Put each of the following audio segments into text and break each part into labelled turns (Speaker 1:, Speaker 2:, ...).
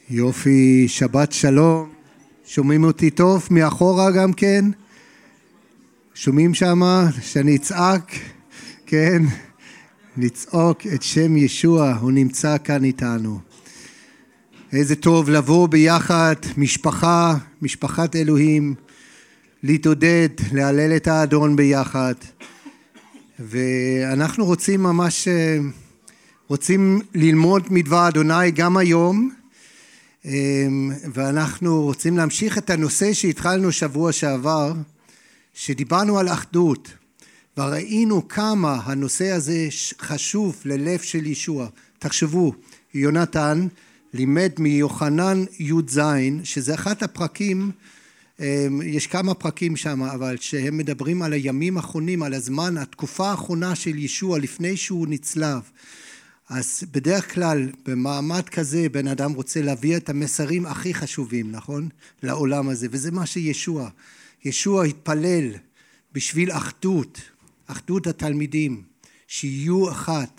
Speaker 1: יופי, שבת שלום. שומעים אותי טוב? מאחורה גם כן? שומעים שמה שאני אצעק? כן? לצעוק את שם ישוע, הוא נמצא כאן איתנו. איזה טוב לבוא ביחד, משפחת אלוהים, להתעודד, להלל את האדון ביחד. ואנחנו רוצים ללמוד מדבר אדוני גם היום, ואנחנו רוצים להמשיך את הנושא שהתחלנו שבוע שעבר, שדיברנו על אחדות, וראינו כמה הנושא הזה חשוב ללב של ישוע. תחשבו, יונתן לימד מיוחנן י"ז, שזה אחד הפרקים, יש כמה פרקים שם, אבל שהם מדברים על הימים האחרונים, על הזמן, התקופה האחרונה של ישוע לפני שהוא נצלב. אז בדרך כלל במעמד כזה בן אדם רוצה להביא את המסרים הכי חשובים, נכון? לעולם הזה, וזה מה ישוע התפלל בשביל אחדות התלמידים, שיהיו אחת,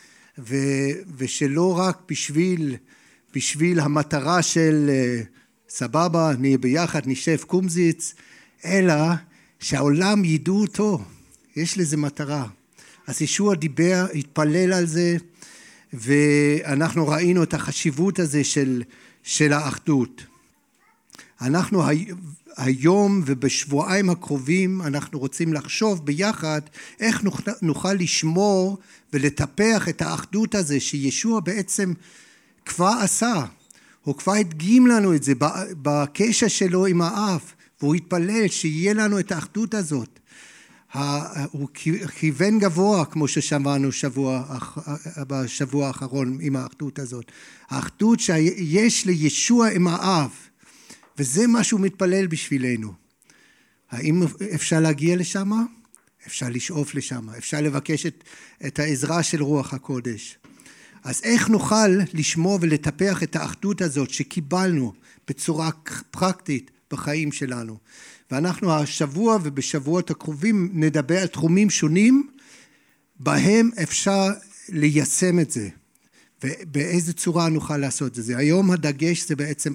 Speaker 1: ושלא רק בשביל המטרה של סבבה, נהיה ביחד, נשב קומזיץ, אלא שהעולם ידעו אותו, יש לזה מטרה. אז ישוע התפלל על זה, ואנחנו ראינו את החשיבות הזה של האחדות. אנחנו היום ובשבועיים הקרובים אנחנו רוצים לחשוב ביחד איך נוכל לשמור ולטפח את האחדות הזה שישוע בעצם כבר עשה. הוא כבר הדגים לנו את זה בקשר שלו עם האב, והוא התפלל שיהיה לנו את האחדות הזאת. הוא כיוון גבוה כמו ששמענו בשבוע האחרון עם האחדות הזאת. האחדות שיש לישוע עם האב, וזה מה שהוא מתפלל בשבילנו. האם אפשר להגיע לשם? אפשר לשאוף לשם, אפשר לבקש את העזרה של רוח הקודש. אז איך נוכל לשמור ולטפח את האחדות הזאת שקיבלנו בצורה פרקטית בחיים שלנו? ואנחנו השבוע ובשבועות הקרובים נדבר על תחומים שונים, בהם אפשר ליישם את זה, ובאיזה צורה נוכל לעשות את זה. היום הדגש זה בעצם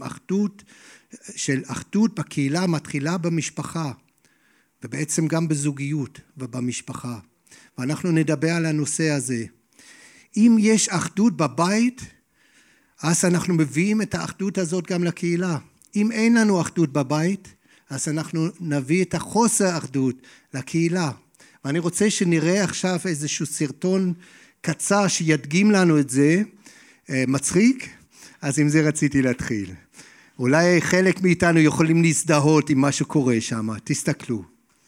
Speaker 1: אחדות בקהילה מתחילה במשפחה, ובעצם גם בזוגיות ובמשפחה. ואנחנו נדבר על הנושא הזה. אם יש אחדות בבית, אז אנחנו מביאים את האחדות הזאת גם לקהילה. אם אין לנו אחדות בבית, אז אנחנו נביא את החוסר אחדות לקהילה. ואני רוצה שנראה עכשיו איזשהו סרטון קצר שידגים לנו את זה, מצחיק, אז עם זה רציתי להתחיל. אולי חלק מאיתנו יכולים להזדהות עם מה שקורה שם, תסתכלו.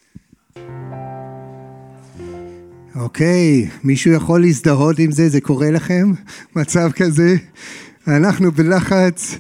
Speaker 1: אוקיי, מישהו יכול להזדהות עם זה? זה קורה לכם? מצב כזה? אנחנו בלחץ.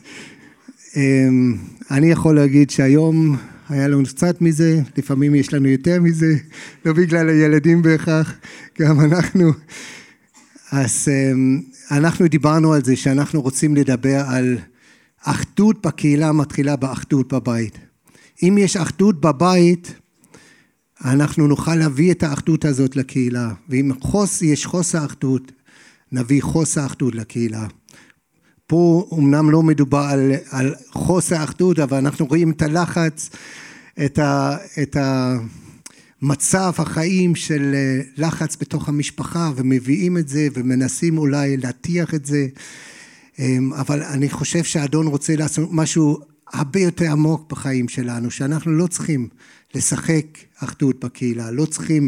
Speaker 1: אני יכול להגיד שהיום היה לנו קצת מזה, לפעמים יש לנו יותר מזה, לא בגלל הילדים בהכרח, גם אנחנו. אז אנחנו דיברנו על זה שאנחנו רוצים לדבר על אחדות בקהילה מתחילה באחדות בבית. אם יש אחדות בבית, אנחנו נוכל להביא את האחדות הזאת לקהילה, ואם יש חוסר אחדות, נביא חוסר אחדות לקהילה. פה אמנם לא מדובר על חוסר אחדות, אבל אנחנו רואים את הלחץ, את המצב החיים של לחץ בתוך המשפחה, ומביאים את זה, ומנסים אולי להטיח את זה, אבל אני חושב שהאדון רוצה לעשות משהו הרבה יותר עמוק בחיים שלנו, שאנחנו לא צריכים לשחק אחדות בקהילה, לא צריכים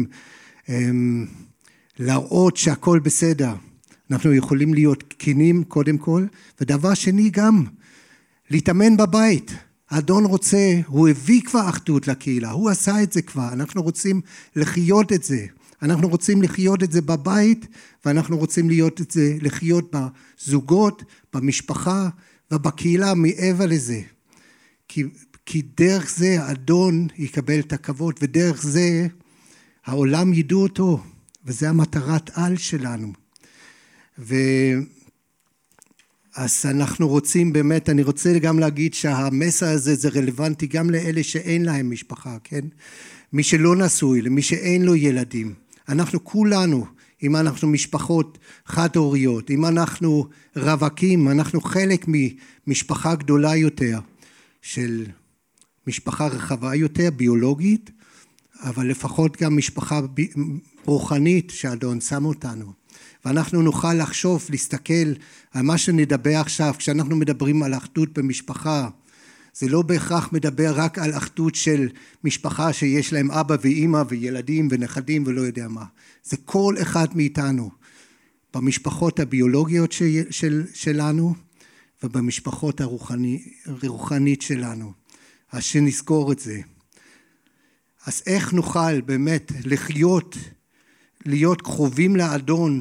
Speaker 1: להראות שהכל בסדר, אנחנו יכולים להיות כנים קודם כל, ודבר שני גם, להתאמן בבית. האדון רוצה, הוא הביא כבר אחדות לקהילה, הוא עשה את זה כבר, אנחנו רוצים לחיות את זה. אנחנו רוצים לחיות את זה בבית, ואנחנו רוצים לחיות בזוגות, במשפחה ובקהילה מעבר לזה. כי דרך זה האדון יקבל את הכבוד, ודרך זה העולם ידעו אותו, וזה המטרת על שלנו. אז אנחנו רוצים באמת, אני רוצה גם להגיד שהמסר הזה זה רלוונטי גם לאלה שאין להם משפחה, כן? מי שלא נשוי, למי שאין לו ילדים. אנחנו כולנו אם אנחנו משפחות חד-הוריות, אם אנחנו רווקים, אנחנו חלק ממשפחה גדולה יותר, של משפחה רחבה יותר, ביולוגית, אבל לפחות גם משפחה רוחנית שהאדון שם אותנו. ואנחנו נוכל לחשוב, להסתכל על מה שנדבר עכשיו, כשאנחנו מדברים על אחדות במשפחה, זה לא בהכרח מדבר רק על אחדות של משפחה שיש להם אבא ואימא וילדים ונכדים ולא יודע מה. זה כל אחד מאיתנו, במשפחות הביולוגיות שלנו ובמשפחות הרוחנית שלנו. אז שנזכור את זה. אז איך נוכל באמת להיות קרובים לאדון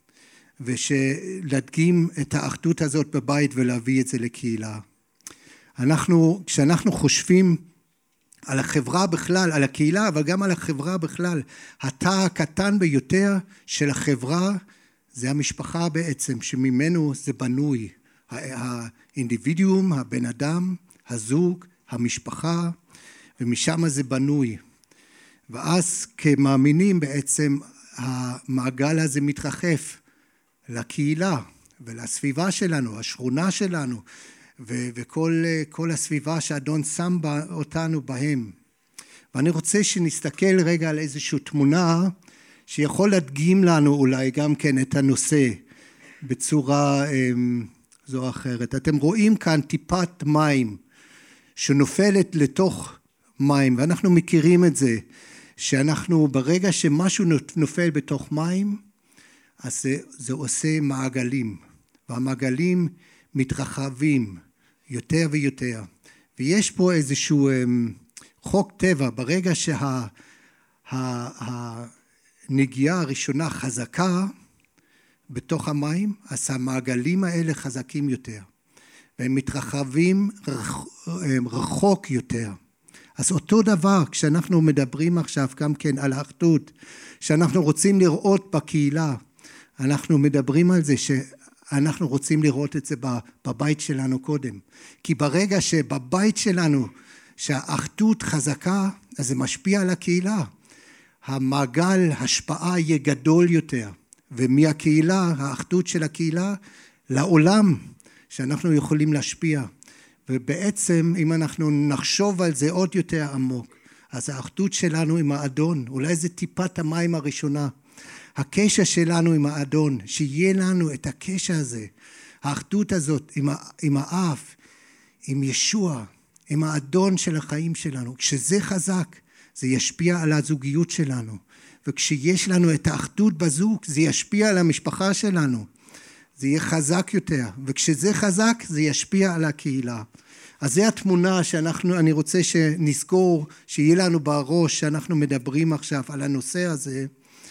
Speaker 1: ושלהדגים את האחדות הזאת בבית ולהביא את זה לקהילה. כשאנחנו חושבים על החברה בכלל, על הקהילה, אבל גם על החברה בכלל, התא הקטן ביותר של החברה זה המשפחה בעצם, שממנו זה בנוי. האינדיבידואום, הבן אדם, הזוג, המשפחה, ומשם זה בנוי. ואז כמאמינים בעצם המעגל הזה מתרחב לקהילה ולסביבה שלנו, השכונה שלנו, וכל הסביבה שהאדון שם אותנו בהם. ואני רוצה שנסתכל רגע על איזושהי תמונה שיכול להדגים לנו אולי גם כן את הנושא בצורה זו או אחרת. אתם רואים כאן טיפת מים שנופלת לתוך מים, ואנחנו מכירים את זה, שאנחנו ברגע שמשהו נופל בתוך מים, אז זה עושה מעגלים, והמעגלים מתרחבים יותר ויותר. ויש פה איזשהו חוק טבע, ברגע שהנגיעה הראשונה חזקה בתוך המים, אז המעגלים האלה חזקים יותר, והם מתרחבים רחוק יותר. אז אותו דבר, כשאנחנו מדברים עכשיו גם כן על האחדות, שאנחנו רוצים לראות בקהילה, אנחנו מדברים על זה שאנחנו רוצים לראות את זה בבית שלנו קודם. כי ברגע שבבית שלנו, שהאחדות חזקה, אז זה משפיע על הקהילה. המעגל השפעה יהיה גדול יותר, ומהקהילה, האחדות של הקהילה, לעולם שאנחנו יכולים להשפיע. ובעצם אם אנחנו נחשוב על זה עוד יותר עמוק, אז האחדות שלנו עם האדון, אולי זה טיפת המים הראשונה, הקשר שלנו עם האדון, שיהיה לנו את הקשר הזה, האחדות הזאת עם האב, עם ישוע, עם האדון של החיים שלנו. כשזה חזק, זה ישפיע על הזוגיות שלנו, וכשיש לנו את האחדות בזוג, זה ישפיע על המשפחה שלנו, זה יהיה חזק יותר, וכשזה חזק זה ישפיע על הקהילה. אז זו התמונה אני רוצה שנזכור, שיהיה לנו בראש שאנחנו מדברים עכשיו על הנושא הזה,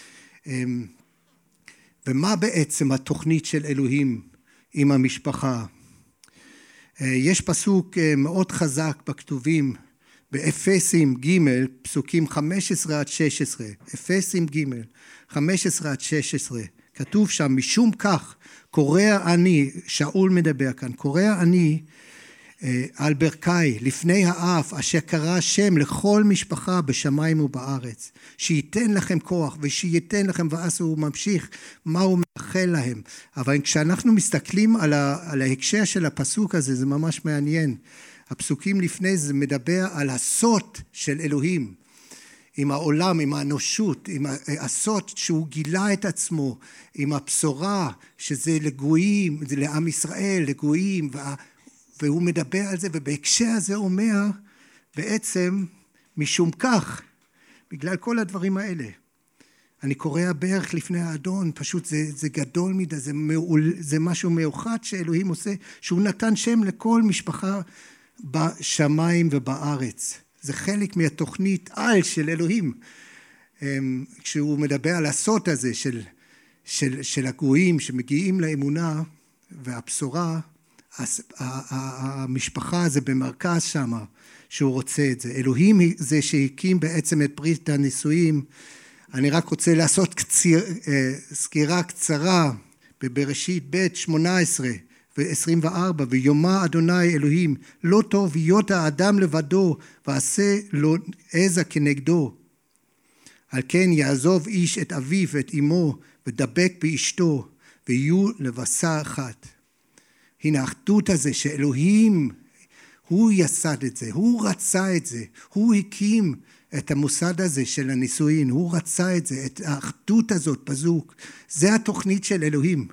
Speaker 1: ומה בעצם התוכנית של אלוהים עם המשפחה. יש פסוק מאוד חזק בכתובים, באפסים ג' פסוקים 15 עד 16, אפסים ג' 15 עד 16, כתוב שם, משום כך קורא אני, שאול מדבר כאן, קורא אני על ברכי לפני האב אשר קרא שם לכל משפחה בשמיים ובארץ, שייתן לכם כוח ושייתן לכם, ואז הוא ממשיך מה הוא מאחל להם. אבל כשאנחנו מסתכלים על ההקשר של הפסוק הזה, זה ממש מעניין. הפסוקים לפני זה מדבר על הסוד של אלוהים עם העולם, עם האנושות, עם הסוד שהוא גילה את עצמו, עם הבשורה שזה לגויים, זה לעם ישראל, לגויים, והוא מדבר על זה, ובהקשר הזה אומר בעצם משום כך, בגלל כל הדברים האלה, אני קורא ברך לפני האדון, פשוט זה גדול מדי, זה משהו מיוחד שאלוהים עושה, שהוא נתן שם לכל משפחה בשמיים ובארץ. זה חלק מהתוכנית על של אלוהים, כשהוא מדבר על הסוד הזה של הגויים שמגיעים לאמונה והבשורה, אז המשפחה זה במרכז שם שהוא רוצה את זה. אלוהים זה שהקים בעצם את ברית הנישואים. אני רק רוצה לעשות סקירה קצרה בבראשית ב' 18 ו-24, ויאמר אדוני אלוהים, לא טוב היות האדם לבדו, ועשה לו עזה כנגדו. על כן יעזוב איש את אביו ואת אמו, ודבק באשתו, ויהיו לבשר אחת. הנה האחדות הזה שאלוהים, הוא יסד את זה, הוא רצה את זה, הוא הקים את המוסד הזה של הנישואין, הוא רצה את זה, את האחדות הזאת בזוג. זה התוכנית של אלוהים.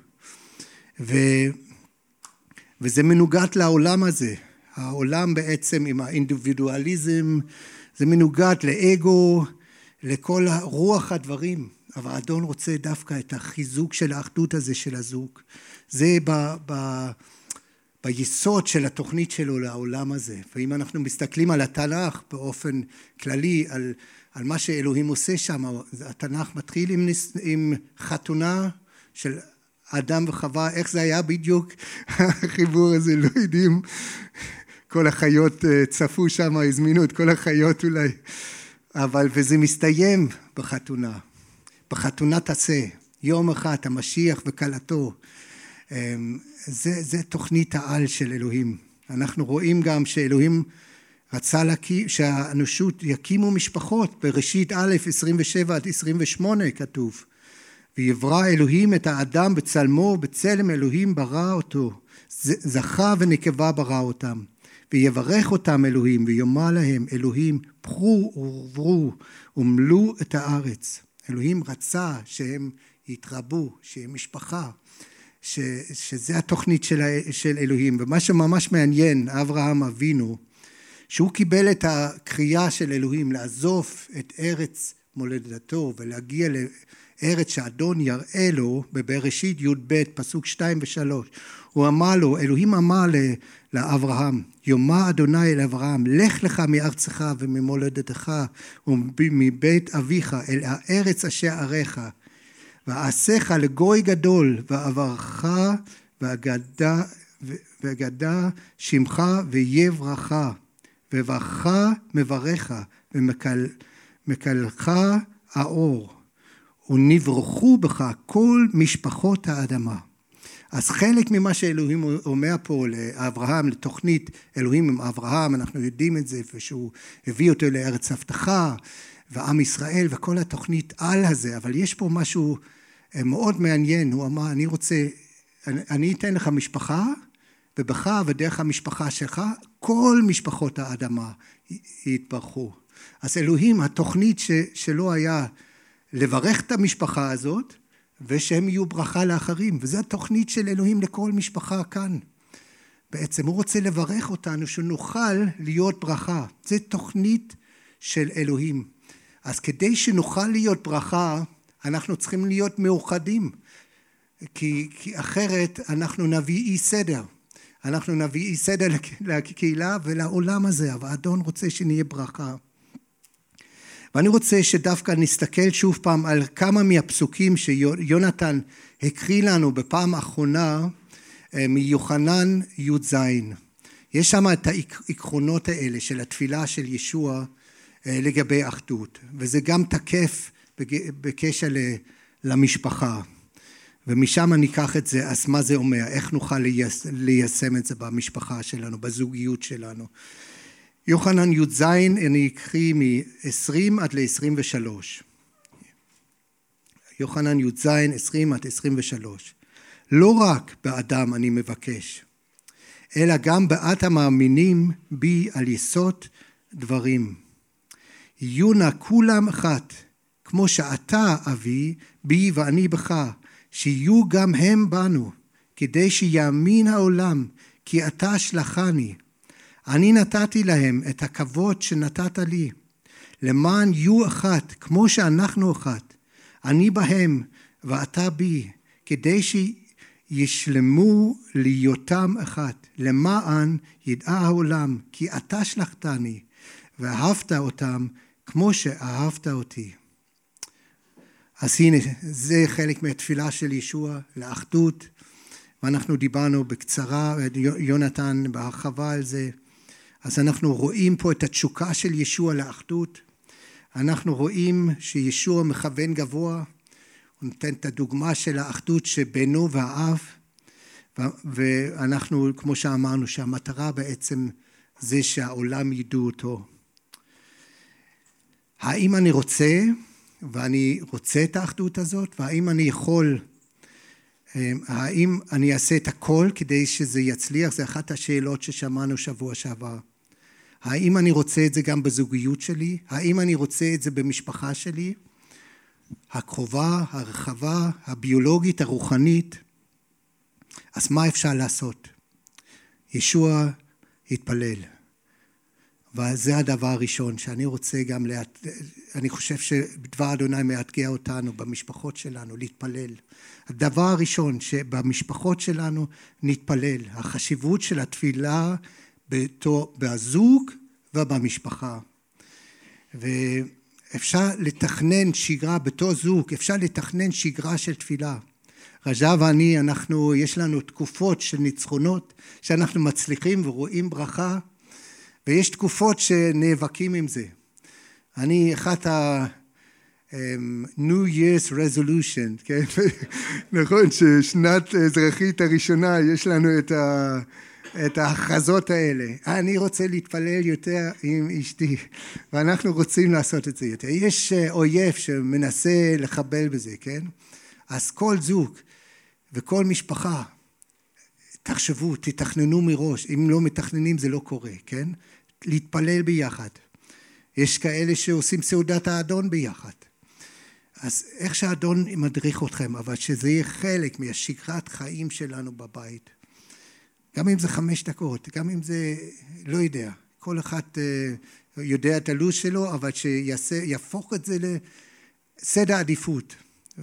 Speaker 1: וזה מנוגד לעולם הזה. העולם בעצם עם האינדיבידואליזם, זה מנוגד לאגו, לכל רוח הדברים. אבל האדון רוצה דווקא את החיזוק של האחדות הזה של הזוג. זה ביסוד של התוכנית שלו לעולם הזה. ואם אנחנו מסתכלים על התנ"ך באופן כללי, על מה שאלוהים עושה שם, התנ"ך מתחיל עם חתונה של אדם וחווה. איך זה היה בדיוק? החיבור הזה לא יודעים. כל החיות צפו שם, הזמינו את כל החיות אולי. וזה מסתיים בחתונה. בחתונת עשה, יום אחד המשיח וכלתו. זה תוכנית העל של אלוהים. אנחנו רואים גם שאלוהים רצה שהאנושות יקימו משפחות. בראשית א' 27-28 כתוב. ויברא אלוהים את האדם בצלמו, בצלם אלוהים ברא אותו. זכר ונקבה ברא אותם. ויברך אותם אלוהים ויאמר להם אלוהים פרו ורבו ומלאו את הארץ. אלוהים רצה שהם יתרבו, שהם משפחה, שזה התוכנית של אלוהים. ומה שממש מעניין, אברהם אבינו, שהוא קיבל את הקריאה של אלוהים לעזוב את ארץ מולדתו ולהגיע לארץ שהאדון יראה לו בבראשית י"ב פסוק 2 ו3. הוא אמר לו, אלוהים אמר לאברהם, יאמר אדוני אל אברהם, לך לך מארצך וממולדתך ומבית אביך אל הארץ אשר אראך, ואעשיך לגוי גדול, ואברך ואגדה שמך ויהיה ברכה, וברכה מברך ומקלך האור, ונברכו בך כל משפחות האדמה. אז חלק ממה שאלוהים אומר פה לאברהם, לתוכנית אלוהים עם אברהם, אנחנו יודעים את זה, ושהוא הביא אותו לארץ הבטחה, ועם ישראל וכל התוכנית על הזה, אבל יש פה משהו מאוד מעניין. הוא אמר, אני אתן לך משפחה, ובך ודרך המשפחה שלך, כל משפחות האדמה יתברכו. אז אלוהים, התוכנית שלו היה לברך את המשפחה הזאת, ושהם יהיו ברכה לאחרים, וזו התוכנית של אלוהים לכל משפחה כאן. בעצם הוא רוצה לברך אותנו שנוכל להיות ברכה. זו תוכנית של אלוהים. אז כדי שנוכל להיות ברכה, אנחנו צריכים להיות מאוחדים, כי אחרת אנחנו נביא אי סדר. אנחנו נביא אי סדר לקהילה ולעולם הזה, אבל האדון רוצה שנהיה ברכה. ואני רוצה שדווקא נסתכל שוב פעם על כמה מהפסוקים שיונתן הקריא לנו בפעם האחרונה מיוחנן י"ז. יש שם את העקרונות האלה של התפילה של ישוע לגבי אחדות, וזה גם תקף בקשר למשפחה. ומשם ניקח את זה, אז מה זה אומר? איך נוכל ליישם את זה במשפחה שלנו, בזוגיות שלנו? יוחנן י"ז, אני אקריא מ-20 עד ל-23. יוחנן י"ז, 20 עד 23. לא רק באדם אני מבקש, אלא גם בעת המאמינים בי על יסוד דברים. יהיו נא כולם אחת, כמו שאתה אבי בי ואני בך, שיהיו גם הם בנו, כדי שיאמין העולם, כי אתה שלחני. אני נתתי להם את הכבוד שנתת לי, למען יהיו אחת, כמו שאנחנו אחת, אני בהם ואתה בי, כדי שישלמו להיותם אחת, למען ידע העולם, כי אתה שלחתני, ואהבת אותם כמו שאהבת אותי. אז הנה, זה חלק מהתפילה של ישוע לאחדות, ואנחנו דיברנו בקצרה, יונתן בהרחבה על זה. אז אנחנו רואים פה את התשוקה של ישוע לאחדות. אנחנו רואים שישוע מכוון גבוה, הוא נותן את הדוגמה של האחדות שבינו והאב, ואנחנו, כמו שאמרנו, שהמטרה בעצם זה שהעולם ידעו אותו. האם אני רוצה ואני רוצה את האחדות הזאת, והאם אני יכול, האם אני אעשה את הכל כדי שזה יצליח, זה אחת השאלות ששמענו שבוע שעבר. האם אני רוצה את זה גם בזוגיות שלי? האם אני רוצה את זה במשפחה שלי? הקרובה, הרחבה, הביולוגית, הרוחנית. אז מה אפשר לעשות? ישוע התפלל. וזה הדבר הראשון שאני רוצה גם, אני חושב שדבר אדוני מאתגר אותנו במשפחות שלנו, להתפלל. הדבר הראשון שבמשפחות שלנו נתפלל. החשיבות של התפילה בזוג ובמשפחה. ואפשר לתכנן שגרה בתור זוג, אפשר לתכנן שגרה של תפילה. רג'ה ואני, יש לנו תקופות של ניצחונות, שאנחנו מצליחים ורואים ברכה, ויש תקופות שנאבקים עם זה. אני אחת New Year's Resolution, כן? נכון ששנת אזרחית הראשונה יש לנו את ההכרזות האלה. אני רוצה להתפלל יותר עם אשתי, ואנחנו רוצים לעשות את זה יותר. יש אויב שמנסה לחבל בזה, כן? אז כל זוג וכל משפחה, תחשבו, תתכננו מראש. אם לא מתכננים זה לא קורה, כן? להתפלל ביחד. יש כאלה שעושים סעודת האדון ביחד. אז איך שהאדון מדריך אתכם, אבל שזה יהיה חלק מהשגרת חיים שלנו בבית. גם אם זה 5 דקות, גם אם זה, לא יודע, כל אחד יודע את הלו"ז שלו, אבל שיהפוך את זה לסדר עדיפות.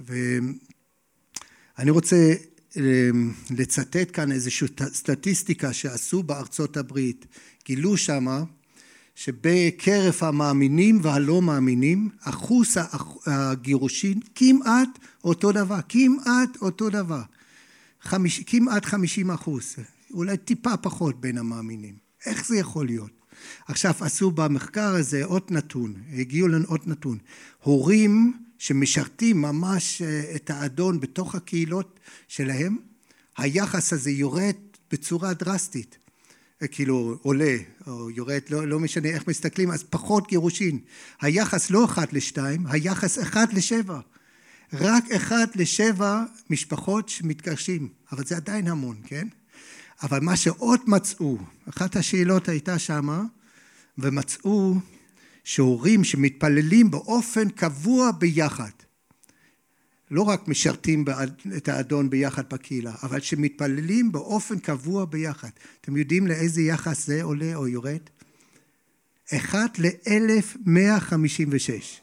Speaker 1: ואני רוצה לצטט כאן איזושהי סטטיסטיקה שעשו בארצות הברית. גילו שמה שבקרב המאמינים והלא מאמינים, אחוז הגירושין כמעט אותו דבר, כמעט אותו דבר. כמעט 50%, אולי טיפה פחות בין המאמינים. איך זה יכול להיות? עכשיו עשו במחקר הזה עוד נתון, הגיעו לנו עוד נתון. הורים שמשרתים ממש את האדון בתוך הקהילות שלהם, היחס הזה יורד בצורה דרסטית. כאילו עולה או יורד, לא משנה איך מסתכלים, אז פחות גירושין. היחס לא 1:2, היחס 1:7. רק 1:7 משפחות שמתגרשים, אבל זה עדיין המון, כן? אבל מה שעוד מצאו, אחת השאלות הייתה שמה, ומצאו שהורים שמתפללים באופן קבוע ביחד, לא רק משרתים את האדון ביחד בקהילה, אבל שמתפללים באופן קבוע ביחד. אתם יודעים לאיזה יחס זה עולה או יורד? 1:1156.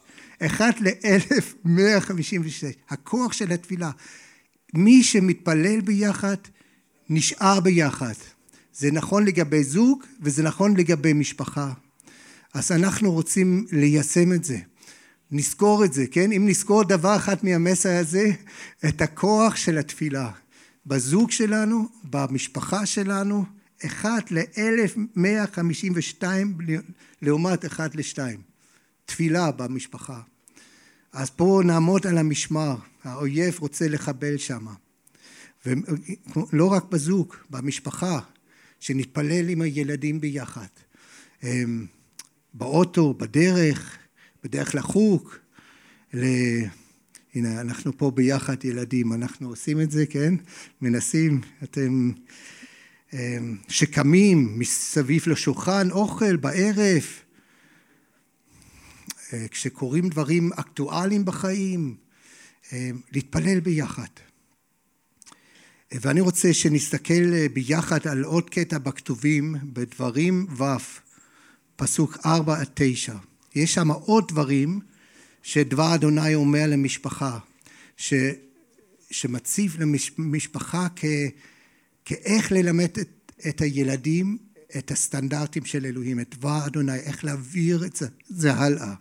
Speaker 1: 1:1156. הכוח של התפילה. מי שמתפלל ביחד, נשאר ביחד. זה נכון לגבי זוג, וזה נכון לגבי משפחה. אז אנחנו רוצים ליישם את זה. נזכור את זה, כן? אם נזכור דבר אחד מהמסר הזה, את הכוח של התפילה. בזוג שלנו, במשפחה שלנו, 1:1152 לעומת 1:2. תפילה במשפחה. אז פה נעמוד על המשמר. האויב רוצה לחבל שם. ולא רק בזוג, במשפחה, שנתפלל עם הילדים ביחד. באוטו, בדרך לחוג, הנה אנחנו פה ביחד ילדים, אנחנו עושים את זה, כן? מנסים, אתם שקמים מסביב לשולחן, אוכל בערב, כשקוראים דברים אקטואליים בחיים, להתפלל ביחד. ואני רוצה שנסתכל ביחד על עוד קטע בכתובים, בדברים ו', פסוק 4-9. יש שם עוד דברים שדבר אדוני אומר למשפחה, שמציב למשפחה כאיך ללמד את הילדים, את הסטנדרטים של אלוהים, את דבר אדוני, איך להעביר את זה הלאה.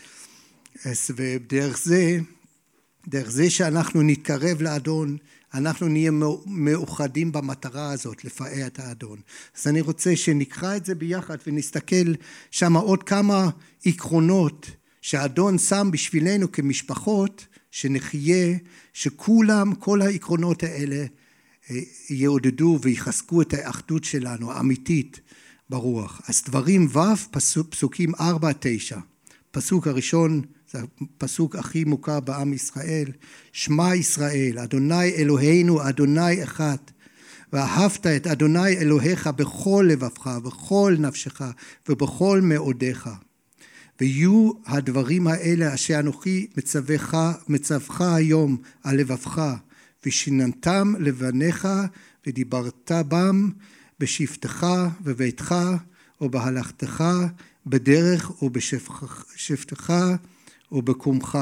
Speaker 1: ודרך זה שאנחנו נתקרב לאדון, אנחנו נהיה מאוחדים במטרה הזאת, לפאר את האדון. אז אני רוצה שנקרא את זה ביחד ונסתכל שם עוד כמה עקרונות שהאדון שם בשבילנו כמשפחות, שנחיה, שכולם, כל העקרונות האלה יעודדו ויחזקו את האחדות שלנו, האמיתית ברוח. אז דברים ו' פסוקים 4-9. פסוק הראשון זה הפסוק הכי מוכר בעם ישראל, שמע ישראל, אדוני אלוהינו, אדוני אחד, ואהבת את אדוני אלוהיך בכל לבבך, בכל נפשך, ובכל מאודיך. ויהיו הדברים האלה אשר אנוכי מצווך היום על לבבך, ושיננתם לבניך, ודיברת בם בשבתך וביתך, או בהלכתך, בדרך ובשבתך ובקומך.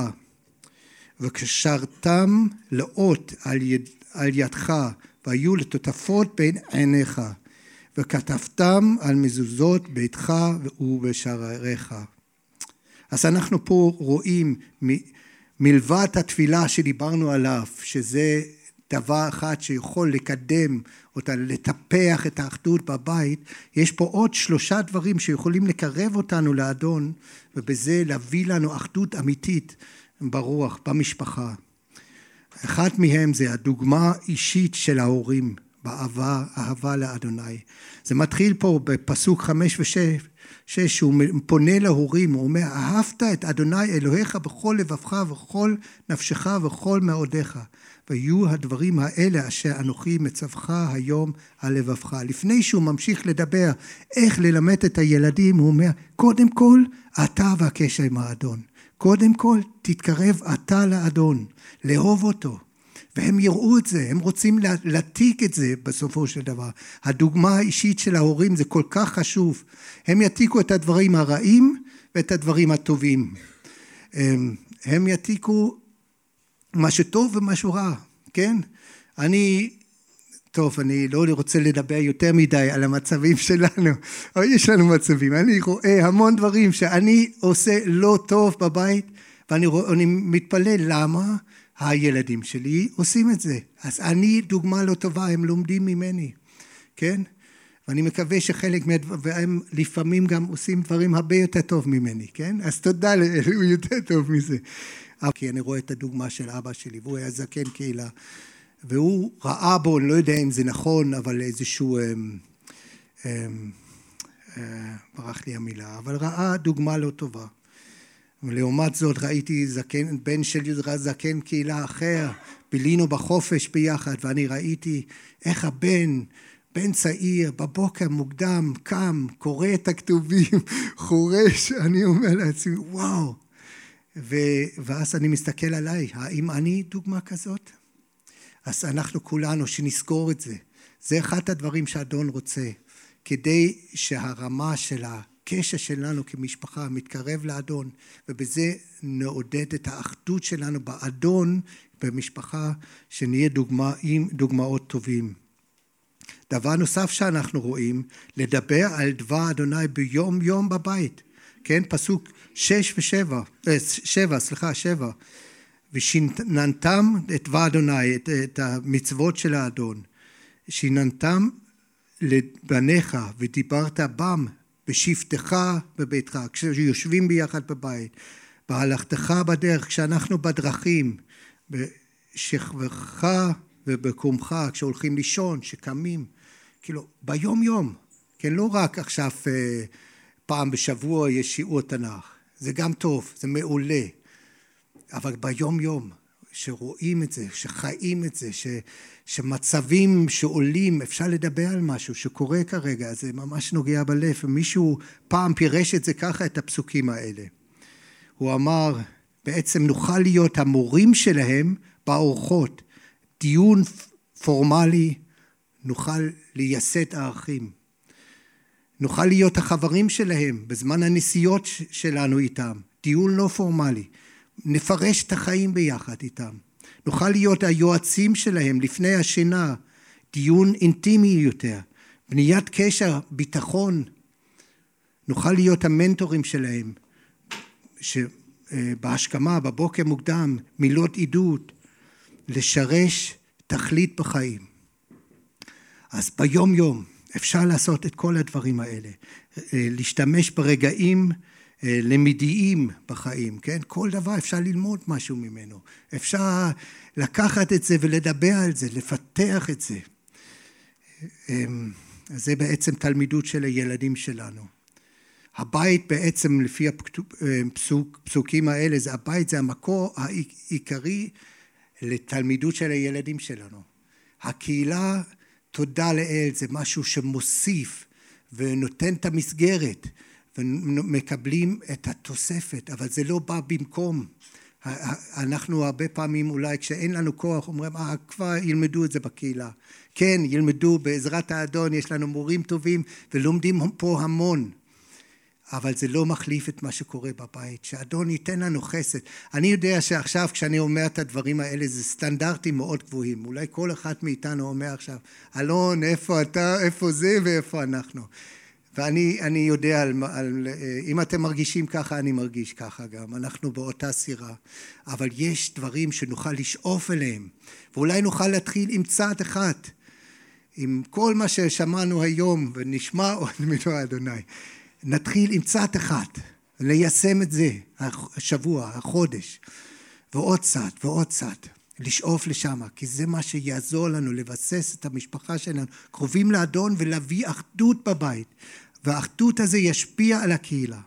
Speaker 1: וקשרתם לאות על ידך, והיו לטוטפות בין עיניך, וכתבתם על מזוזות ביתך ובשעריך. אז אנחנו פה רואים מלבד התפילה שדיברנו עליו, שזה דבר אחד שיכול לקדם אותה, לטפח את האחדות בבית, יש פה עוד 3 דברים שיכולים לקרב אותנו לאדון, ובזה להביא לנו אחדות אמיתית ברוח, במשפחה. אחד מהם זה הדוגמה אישית של ההורים, באהבה לאדוני. זה מתחיל פה בפסוק 5 ו6, שהוא פונה להורים, הוא אומר, אהבת את אדוני אלוהיך בכל לבבך ובכל נפשך ובכל מאודיך. ויהיו הדברים האלה אשר אנוכי מצווך היום על לבבך. לפני שהוא ממשיך לדבר איך ללמד את הילדים, הוא אומר, קודם כל אתה והקשר עם האדון. קודם כל תתקרב אתה לאדון, לאהוב אותו. והם יראו את זה, הם רוצים להתיק את זה בסופו של דבר. הדוגמה האישית של ההורים זה כל כך חשוב. הם יתיקו את הדברים הרעים ואת הדברים הטובים. הם יתיקו משהו טוב ומשהו רע, כן? אני לא רוצה לדבר יותר מדי על המצבים שלנו, אבל יש לנו מצבים. אני רואה המון דברים שאני עושה לא טוב בבית, ואני מתפלל למה הילדים שלי עושים את זה. אז אני דוגמה לא טובה, הם לומדים ממני, כן? ואני מקווה שחלק והם לפעמים גם עושים דברים הרבה יותר טוב ממני, כן? אז תודה, הוא יותר טוב מזה. כי אני רואה את הדוגמה של אבא שלי, והוא היה זקן קהילה, והוא ראה בו, אני לא יודע אם זה נכון, אבל איזשהו, ברח לי המילה, אבל ראה דוגמה לא טובה. ולעומת זאת ראיתי בן שלי זקן קהילה אחר, בילינו בחופש ביחד, ואני ראיתי איך בן צעיר, בבוקר מוקדם, קם, קורא את הכתובים, חורש, אני אומר לעצמי, וואו. ואז אני מסתכל עליי, האם אני דוגמה כזאת? אז אנחנו כולנו שנזכור את זה. זה אחד הדברים שהאדון רוצה, כדי שהרמה של הקשר שלנו כמשפחה מתקרב לאדון, ובזה נעודד את האחדות שלנו באדון, במשפחה, שנהיה דוגמאות טובים. דבר נוסף שאנחנו רואים, לדבר על דבר אדוני ביום יום בבית. כן, פסוק 7. ושיננתם את דבר אדוני, את המצוות של האדון. שיננתם לבניך ודיברת בם בשבתך בביתך, כשיושבים ביחד בבית, בהלכתך בדרך, כשאנחנו בדרכים, בשכבך ובקומך, כשהולכים לישון, שקמים, כאילו ביום יום, כן, לא רק עכשיו פעם בשבוע יש שיעור תנ"ך, זה גם טוב, זה מעולה, אבל ביום יום, שרואים את זה, שחיים את זה, שמצבים שעולים, אפשר לדבר על משהו שקורה כרגע, זה ממש נוגע בלב, ומישהו פעם פירש את זה ככה, את הפסוקים האלה. הוא אמר, בעצם נוכל להיות המורים שלהם באורחות, דיון פורמלי, נוכל לייסד ערכים. נוכל להיות החברים שלהם בזמן הנסיעות שלנו איתם, דיון לא פורמלי. נפרש את החיים ביחד איתם. נוכל להיות היועצים שלהם לפני השינה, דיון אינטימי יותר, בניית קשר, ביטחון. נוכל להיות המנטורים שלהם, בהשכמה, בבוקר מוקדם, מילות עידוד, לשרש תכלית בחיים. אז ביום יום אפשר לעשות את כל הדברים האלה, להשתמש ברגעים למדיים בחיים, כן? כל דבר אפשר ללמוד משהו ממנו, אפשר לקחת את זה ולדבר על זה, לפתח את זה. זה בעצם תלמידות של הילדים שלנו. הבית בעצם לפי הפסוקים האלה, הבית זה המקור העיקרי לתלמידות של הילדים שלנו. הקהילה, תודה לאל, זה משהו שמוסיף ונותן את המסגרת ומקבלים את התוספת, אבל זה לא בא במקום. אנחנו הרבה פעמים אולי כשאין לנו כוח אומרים כבר ילמדו את זה בקהילה. כן, ילמדו בעזרת האדון, יש לנו מורים טובים ולומדים פה המון. אבל זה לא מחליף את מה שקורה בבית, שהאדון ייתן לנו חסד. אני יודע שעכשיו כשאני אומר את הדברים האלה, זה סטנדרטים מאוד גבוהים. אולי כל אחד מאיתנו אומר עכשיו, אלון, איפה אתה, איפה זה ואיפה אנחנו. ואני יודע, אם אתם מרגישים ככה, אני מרגיש ככה גם. אנחנו באותה סירה. אבל יש דברים שנוכל לשאוף אליהם. ואולי נוכל להתחיל עם צעד אחד. עם כל מה ששמענו היום, ונשמע עוד מלוא אדוני. נתחיל עם צעד אחד, ליישם את זה, השבוע, החודש, ועוד צעד ועוד צעד, לשאוף לשם, כי זה מה שיעזור לנו לבסס את המשפחה שלנו, קרובים לאדון ולהביא אחדות בבית, והאחדות הזה ישפיע על הקהילה.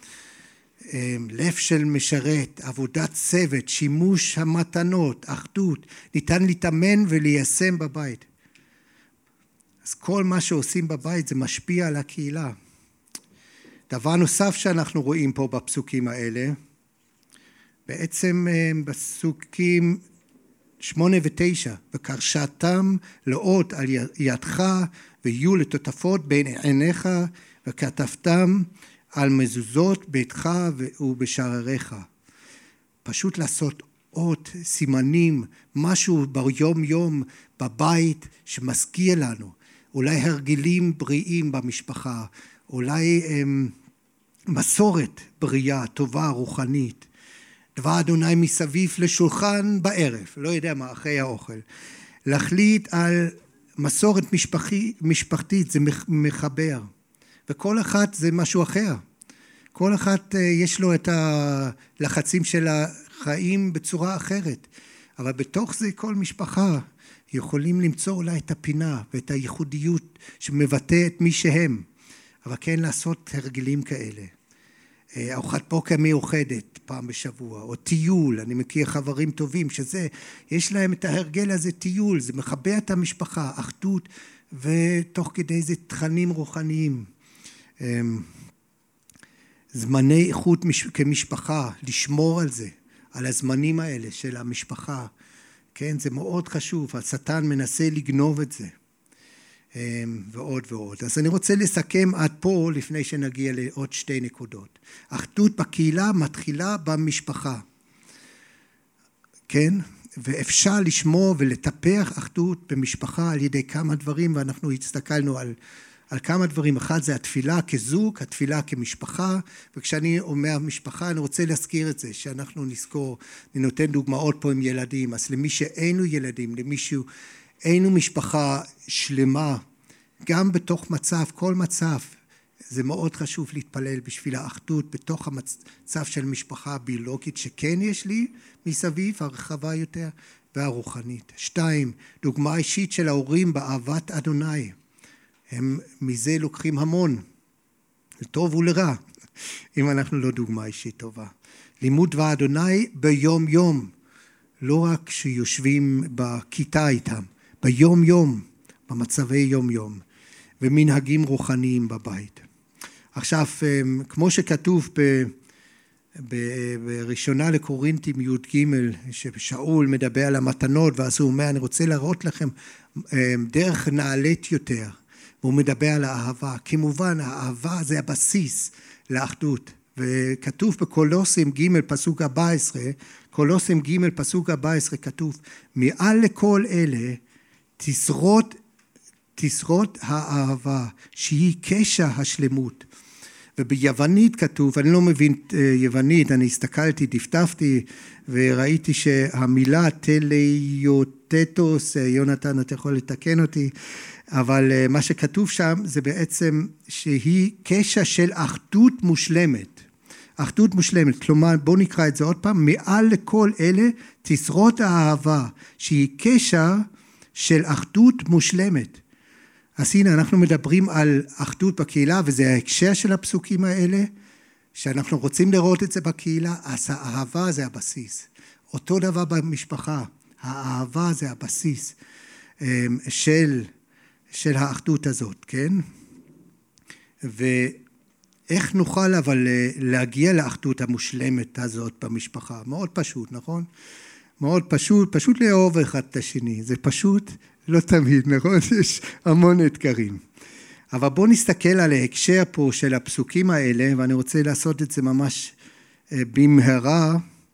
Speaker 1: לב של משרת, עבודת צוות, שימוש המתנות, אחדות, ניתן להתאמן וליישם בבית. אז כל מה שעושים בבית זה משפיע על הקהילה. דבר נוסף שאנחנו רואים פה בפסוקים האלה, בעצם בפסוקים 8 ו-9, וקרשתם לאות על ידך ויהיו לטוטפות בין עיניך וכתבתם על מזוזות ביתך ובשעריך. פשוט לעשות אות, סימנים, משהו ביום יום בבית שמזכיר לנו, אולי הרגלים בריאים במשפחה, אולי מסורת בריאה, טובה, רוחנית. דבר אדוני מסביב לשולחן בערב, לא יודע מה, אחרי האוכל. להחליט על מסורת משפחתית, זה מחבר. וכל אחד זה משהו אחר. כל אחד יש לו את הלחצים של החיים בצורה אחרת. אבל בתוך זה כל משפחה יכולים למצוא אולי את הפינה ואת הייחודיות שמבטא את מי שהם. אבל כן לעשות הרגלים כאלה. ארוחת בוקר מיוחדת פעם בשבוע, או טיול, אני מכיר חברים טובים שזה, יש להם את ההרגל הזה טיול, זה מחבר את המשפחה, אחדות, ותוך כדי זה תכנים רוחניים. זמני איכות כמשפחה, לשמור על זה, על הזמנים האלה של המשפחה, כן, זה מאוד חשוב, השטן מנסה לגנוב את זה. ועוד ועוד. אז אני רוצה לסכם עד פה לפני שנגיע לעוד 2 נקודות. אחדות בקהילה מתחילה במשפחה. כן? ואפשר לשמור ולטפח אחדות במשפחה על ידי כמה דברים, ואנחנו הסתכלנו על כמה דברים. אחד זה התפילה כזוג, התפילה כמשפחה, וכשאני אומר משפחה אני רוצה להזכיר את זה, שאנחנו נזכור, אני נותן דוגמאות פה עם ילדים, אז למי שאינו ילדים, למישהו אינו משפחה שלמה, גם בתוך מצב, כל מצב, זה מאוד חשוב להתפלל בשביל האחדות בתוך המצב של משפחה ביולוגית שכן יש לי מסביב, הרחבה יותר והרוחנית. 2, דוגמה אישית של ההורים באהבת אדוני. הם מזה לוקחים המון, לטוב ולרע, אם אנחנו לא דוגמה אישית טובה. לימוד דבר אדוני ביום יום, לא רק שיושבים בכיתה איתם, ביום יום, במצבי יום יום, ומנהגים רוחניים בבית. עכשיו, כמו שכתוב בראשונה לקורינתים י"ג, ששאול מדבר על המתנות, ואז הוא אומר, אני רוצה להראות לכם דרך נעלית יותר, והוא מדבר על האהבה. כמובן, האהבה זה הבסיס לאחדות, וכתוב בקולוסים ג' פסוק 14, קולוסים ג' פסוק 14 כתוב, מעל לכל אלה תשרות האהבה, שהיא קשר השלמות. וביוונית כתוב, אני לא מבין יוונית, אני הסתכלתי, דפדפתי, וראיתי שהמילה טליוטטוס, יונתן אתה יכול לתקן אותי, אבל מה שכתוב שם זה בעצם שהיא קשר של אחדות מושלמת. אחדות מושלמת, כלומר בואו נקרא את זה עוד פעם, מעל לכל אלה תשרות האהבה, שהיא קשר של אחדות מושלמת. אז הנה, אנחנו מדברים על אחדות בקהילה, וזה ההקשר של הפסוקים האלה, שאנחנו רוצים לראות את זה בקהילה, אז האהבה זה הבסיס. אותו דבר במשפחה, האהבה זה הבסיס של האחדות הזאת, כן? ואיך נוכל אבל להגיע לאחדות המושלמת הזאת במשפחה? מאוד פשוט, נכון? מאוד פשוט לאהוב אחד את השני, זה פשוט לא תמיד, נכון? יש המון אתגרים. אבל בואו נסתכל על ההקשר פה של הפסוקים האלה, ואני רוצה לעשות את זה ממש במהרה,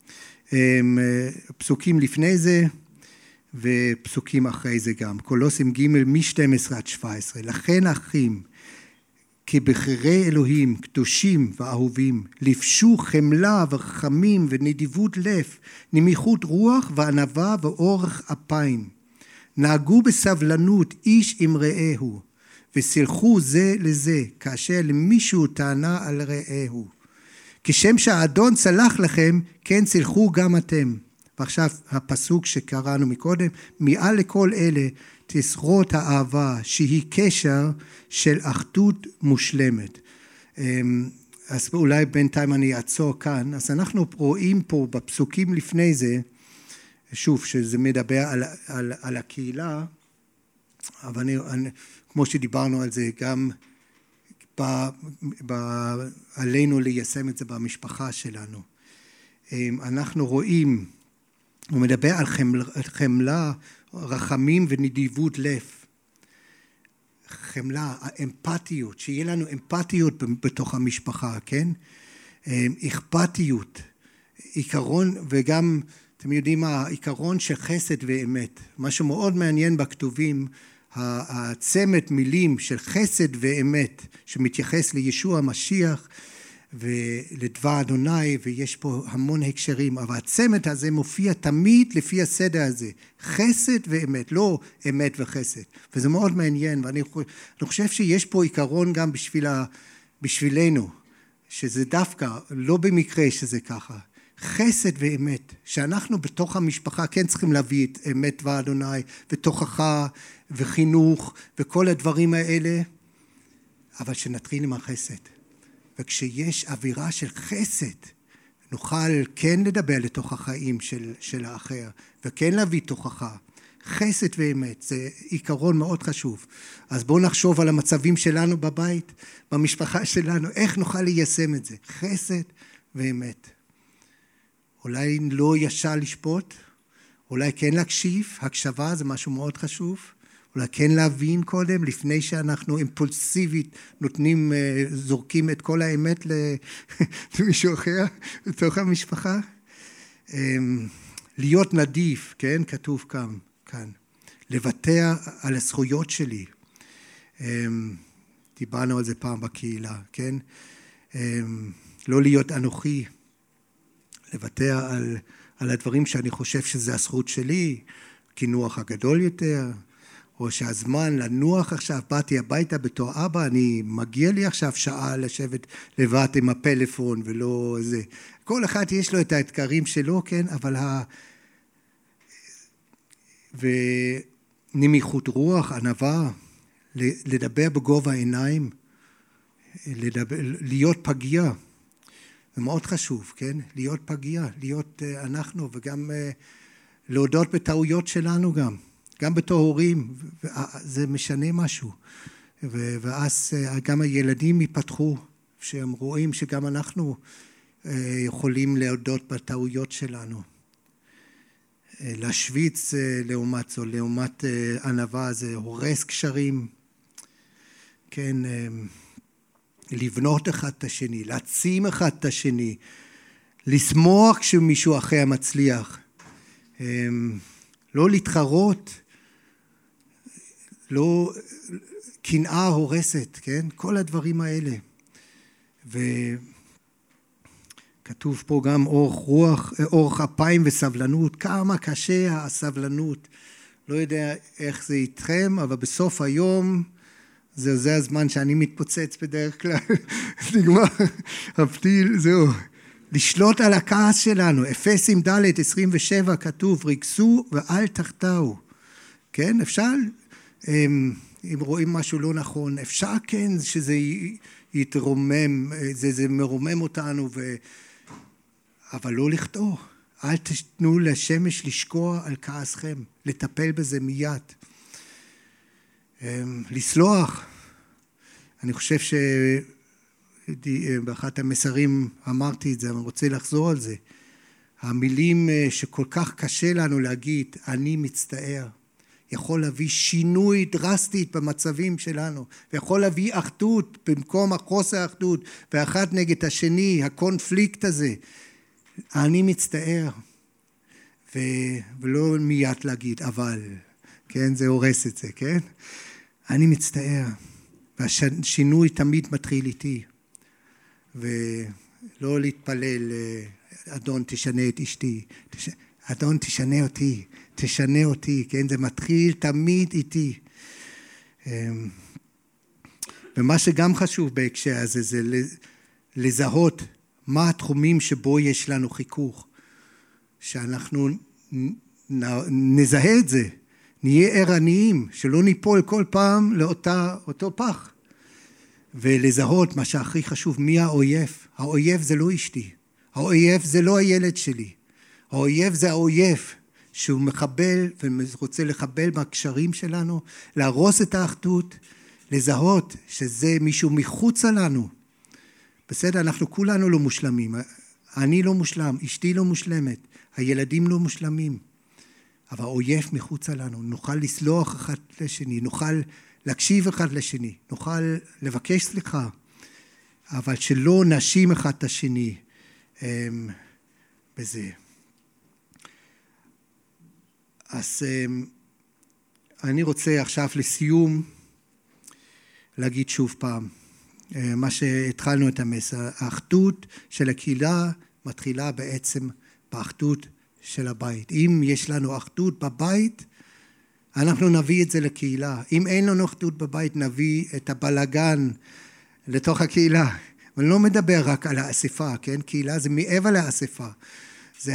Speaker 1: פסוקים לפני זה, ופסוקים אחרי זה גם. קולוסים ג' מ-12 עד 17. לכן אחים, כבחירי אלוהים, קדושים ואהובים, לבשו חמלה ורחמים ונדיבות לב, נמיכות רוח וענווה ואורך אפיים. נהגו בסבלנות איש עם רעהו, וסלחו זה לזה, כאשר למישהו טענה על רעהו. כשם שהאדון סלח לכם, כן סלחו גם אתם. ועכשיו הפסוק שקראנו מקודם, מעל לכל אלה תשרות האהבה, שהיא קשר של אחדות מושלמת. אז אולי בינתיים אני אעצור כאן. אז אנחנו רואים פה בפסוקים לפני זה, שוב, שזה מדבר על הקהילה, אבל כמו שדיברנו על זה, גם עלינו ליישם את זה במשפחה שלנו. אנחנו רואים, הוא מדבר על חמלה, רחמים ונדיבות לב. חמלה, האמפתיות, שיהיה לנו אמפתיות בתוך המשפחה, כן? אכפתיות, עיקרון, וגם, אתם יודעים מה, העיקרון של חסד ואמת. משהו מאוד מעניין בכתובים, הצמד מילים של חסד ואמת, שמתייחס לישוע המשיח ולדבר אדוני, ויש פה המון הקשרים, אבל הצמד הזה מופיע תמיד לפי הסדר הזה, חסד ואמת, לא אמת וחסד, וזה מאוד מעניין, ואני חושב שיש פה עיקרון גם בשבילנו, שזה דווקא, לא במקרה שזה ככה, חסד ואמת, שאנחנו בתוך המשפחה כן צריכים להביא את אמת דבר אדוני, ותוכחה וחינוך וכל הדברים האלה, אבל שנתחיל עם החסד. וכשיש אווירה של חסד, נוכל כן לדבר לתוך החיים של האחר, וכן להביא תוכחה. חסד ואמת, זה עיקרון מאוד חשוב. אז בואו נחשוב על המצבים שלנו בבית, במשפחה שלנו, איך נוכל ליישם את זה. חסד ואמת. אולי לא ישר לשפוט, אולי כן להקשיב, הקשבה זה משהו מאוד חשוב. אולי כן להבין קודם, לפני שאנחנו אימפולסיבית נותנים, זורקים את כל האמת למישהו אחר, בתוך המשפחה. להיות נדיב, כן, כתוב כאן. לוותר על הזכויות שלי. דיברנו על זה פעם בקהילה, כן? לא להיות אנוכי. לוותר על הדברים שאני חושב שזה הזכות שלי, כינוח הגדול יותר, או שהזמן לנוח עכשיו, באתי הביתה בתור אבא, אני מגיע לי עכשיו שעה לשבת לבד עם הפלאפון ולא זה. כל אחד יש לו את האתגרים שלו, כן, אבל ונמיכות רוח, ענווה, לדבר בגובה העיניים, להיות פגיע, זה מאוד חשוב, כן? להיות פגיע, להיות אנחנו, וגם להודות בטעויות שלנו גם בתור הורים, זה משנה משהו. ואז גם הילדים ייפתחו, שהם רואים שגם אנחנו יכולים להודות בטעויות שלנו. להשוויץ לעומת זו, לעומת ענווה, זה הורס קשרים, כן, לבנות אחד את השני, להעצים אחד את השני, לשמוח כשמישהו אחר מצליח, לא להתחרות, לא קנאה הורסת, כן? כל הדברים האלה. וכתוב פה גם אורך אפיים וסבלנות, כמה קשה הסבלנות. לא יודע איך זה איתכם, אבל בסוף היום, זה הזמן שאני מתפוצץ בדרך כלל, נגמר, הפתיל, זהו. לשלוט על הכעס שלנו, אפסים ד' 27 כתוב, רגסו ואל תחטאו. כן, אפשר, אם רואים משהו לא נכון, אפשר כן שזה יתרומם, זה מרומם אותנו, אבל לא לכתוב. אל תתנו לשמש לשקוע על כעסכם, לטפל בזה מיד. לסלוח. אני חושב שבאחת המסרים אמרתי את זה, אני רוצה לחזור על זה. המילים שכל כך קשה לנו להגיד, אני מצטער, יכול להביא שינוי דרסטית במצבים שלנו, ויכול להביא אחדות במקום החוסר אחדות, ואחד נגד השני, הקונפליקט הזה. אני מצטער, ולא מיד להגיד, אבל, כן, זה הורס את זה, כן? אני מצטער, והשינוי תמיד מתחיל איתי, ולא להתפלל, אדון תשנה את אשתי, אדון תשנה אותי, כן? זה מתחיל תמיד איתי. ומה שגם חשוב בהקשר הזה, זה לזהות מה התחומים שבו יש לנו חיכוך, שאנחנו נזהה את זה, נהיה ערניים, שלא ניפול כל פעם לאותו פח, ולזהות מה שהכי חשוב, מי האויב. האויב זה לא אשתי, האויב זה לא הילד שלי, האויב זה האויב, שהוא מחבל ורוצה לחבל בקשרים שלנו, להרוס את האחדות, לזהות שזה מישהו מחוצה לנו. בסדר, אנחנו כולנו לא מושלמים, אני לא מושלם, אשתי לא מושלמת, הילדים לא מושלמים, אבל האויב מחוצה לנו, נוכל לסלוח אחד לשני, נוכל להקשיב אחד לשני, נוכל לבקש סליחה, אבל שלא נאשים אחד את השני בזה. אז אני רוצה עכשיו לסיום להגיד שוב פעם, מה שהתחלנו את המסר, האחדות של הקהילה מתחילה בעצם באחדות של הבית. אם יש לנו אחדות בבית, אנחנו נביא את זה לקהילה. אם אין לנו אחדות בבית, נביא את הבלגן לתוך הקהילה. ואני לא מדבר רק על האספה, כן? קהילה זה מעבר לאספה. זה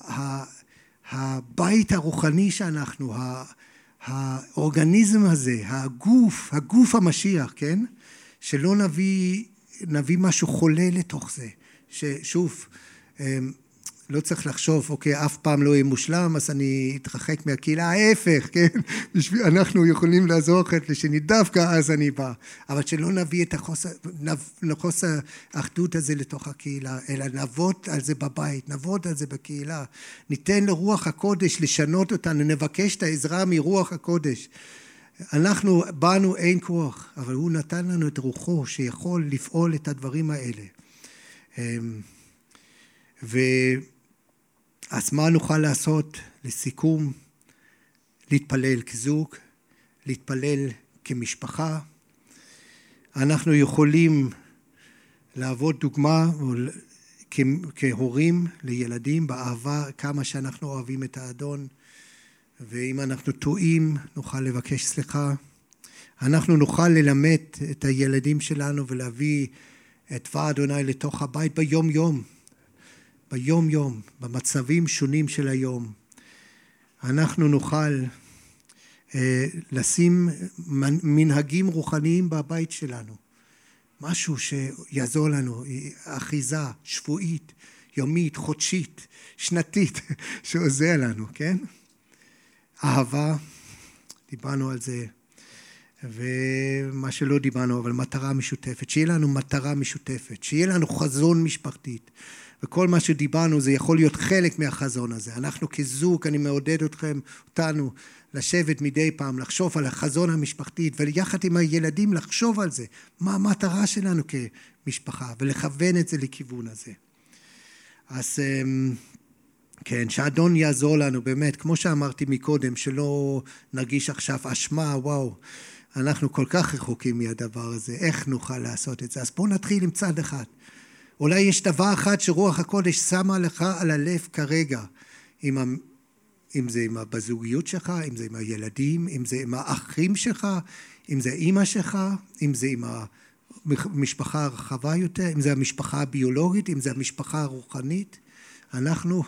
Speaker 1: הבית הרוחני שאנחנו, האורגניזם הזה, הגוף המשיח, כן? שלא נביא משהו חולה לתוך זה. ששוב, לא צריך לחשוב, אוקיי, אף פעם לא יהיה מושלם, אז אני אתרחק מהקהילה, ההפך, כן? אנחנו יכולים לעזור אחד לשני, דווקא אז אני בא. אבל שלא נביא את החוסר האחדות הזה לתוך הקהילה, אלא נעבוד על זה בבית, נעבוד על זה בקהילה. ניתן לרוח הקודש לשנות אותנו, נבקש את העזרה מרוח הקודש. אנחנו באנו אין כוח, אבל הוא נתן לנו את רוחו שיכול לפעול את הדברים האלה. אז מה נוכל לעשות? לסיכום, להתפלל כזוג, להתפלל כמשפחה. אנחנו יכולים לעבוד דוגמה כהורים לילדים באהבה, כמה שאנחנו אוהבים את האדון, ואם אנחנו טועים נוכל לבקש סליחה. אנחנו נוכל ללמד את הילדים שלנו ולהביא את דבר אדוני לתוך הבית ביום יום, במצבים שונים של היום. אנחנו נוכל לשים מנהגים רוחניים בבית שלנו. משהו שיעזור לנו, אחיזה שבועית, יומית, חודשית, שנתית, שעוזר לנו, כן? אהבה, דיברנו על זה, ומה שלא דיברנו, אבל מטרה משותפת, שיהיה לנו מטרה משותפת, שיהיה לנו חזון משפחתית, וכל מה שדיברנו זה יכול להיות חלק מהחזון הזה. אנחנו כזוג, אני מעודד אותנו לשבת מדי פעם, לחשוב על החזון המשפחתית, ויחד עם הילדים לחשוב על זה, מה המטרה שלנו כמשפחה, ולכוון את זה לכיוון הזה. אז כן, שהאדון יעזור לנו באמת, כמו שאמרתי מקודם, שלא נרגיש עכשיו אשמה, וואו, אנחנו כל כך רחוקים מהדבר הזה, איך נוכל לעשות את זה? אז בואו נתחיל עם צד אחד. אולי יש דבר אחד שרוח הקודש שמה לך על הלב כרגע, אם זה בזוגיות שלך, אם זה עם הילדים, אם זה עם האחים שלך, אם זה אמא שלך, אם זה עם המשפחה הרחבה יותר, אם זה המשפחה הביולוגית, אם זה המשפחה הרוחנית. אנחנו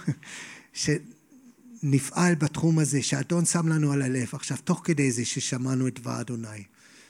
Speaker 1: שנפעל בתחום הזה, שהאדון שם לנו על הלב, עכשיו תוך כדי זה ששמענו את דבר אדוני.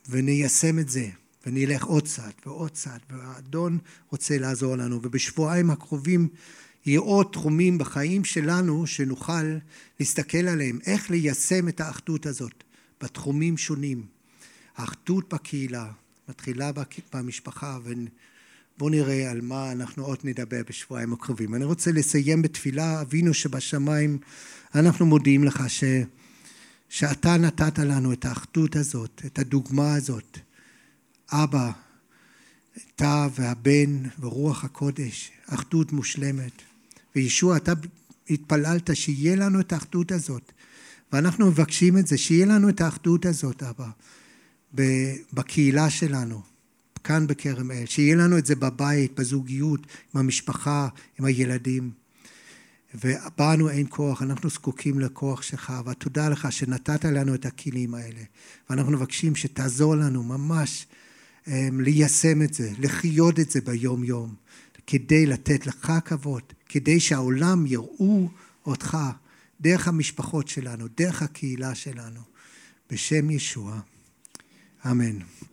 Speaker 1: וניישם את זה, ונלך עוד צעד ועוד צעד, והאדון רוצה לעזור לנו, ובשבועיים הקרובים יהיו עוד תחומים בחיים שלנו שנוכל להסתכל עליהם, איך ליישם את האחדות הזאת בתחומים שונים. האחדות בקהילה מתחילה במשפחה, ובואו נראה על מה אנחנו עוד נדבר בשבועיים הקרובים. אני רוצה לסיים בתפילה. אבינו שבשמיים, אנחנו מודיעים לך שאתה נתת לנו את האחדות הזאת, את הדוגמה הזאת. אבא, אתה והבן ורוח הקודש, אחדות מושלמת. וישוע, אתה התפללת שיהיה לנו את האחדות הזאת. ואנחנו מבקשים את זה, שיהיה לנו את האחדות הזאת, אבא, בקהילה שלנו, כאן בכרם אל. שיהיה לנו את זה בבית, בזוגיות, עם המשפחה, עם הילדים. ובאנו אין כוח, אנחנו זקוקים לכוח שלך, ותודה לך שנתת לנו את הכלים האלה. ואנחנו מבקשים שתעזור לנו ממש ליישם את זה, לחיות את זה ביום יום, כדי לתת לך כבוד, כדי שהעולם יראו אותך, דרך המשפחות שלנו, דרך הקהילה שלנו, בשם ישוע. אמן.